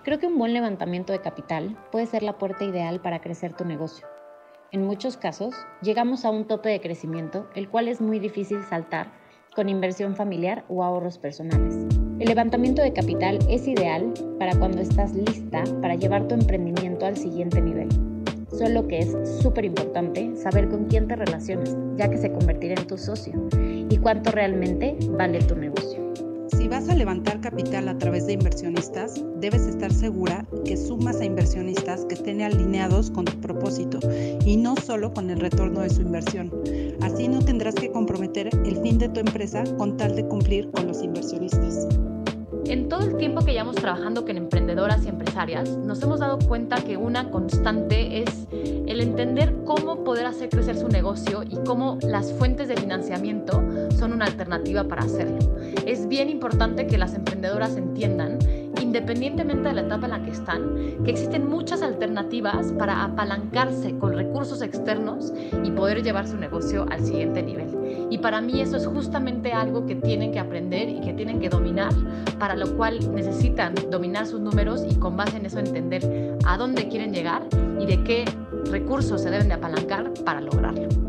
Creo que un buen levantamiento de capital puede ser la puerta ideal para crecer tu negocio. En muchos casos, llegamos a un tope de crecimiento, el cual es muy difícil saltar con inversión familiar o ahorros personales. El levantamiento de capital es ideal para cuando estás lista para llevar tu emprendimiento al siguiente nivel. Solo que es súper importante saber con quién te relacionas, ya que se convertirá en tu socio, y cuánto realmente vale tu negocio. Si vas a levantar capital a través de inversionistas, debes estar segura que sumas a inversionistas que estén alineados con tu propósito y no solo con el retorno de su inversión. Así no tendrás que comprometer el fin de tu empresa con tal de cumplir con los inversionistas. En todo el tiempo que llevamos trabajando con emprendedoras y empresarias, nos hemos dado cuenta que una constante es el entender cómo poder hacer crecer su negocio y cómo las fuentes de financiamiento son una alternativa para hacerlo. Es bien importante que las emprendedoras entiendan, independientemente de la etapa en la que están, que existen muchas alternativas para apalancarse con recursos externos y poder llevar su negocio al siguiente nivel. Y para mí eso es justamente algo que tienen que aprender y que tienen que dominar, para lo cual necesitan dominar sus números y con base en eso entender a dónde quieren llegar y de qué recursos se deben de apalancar para lograrlo.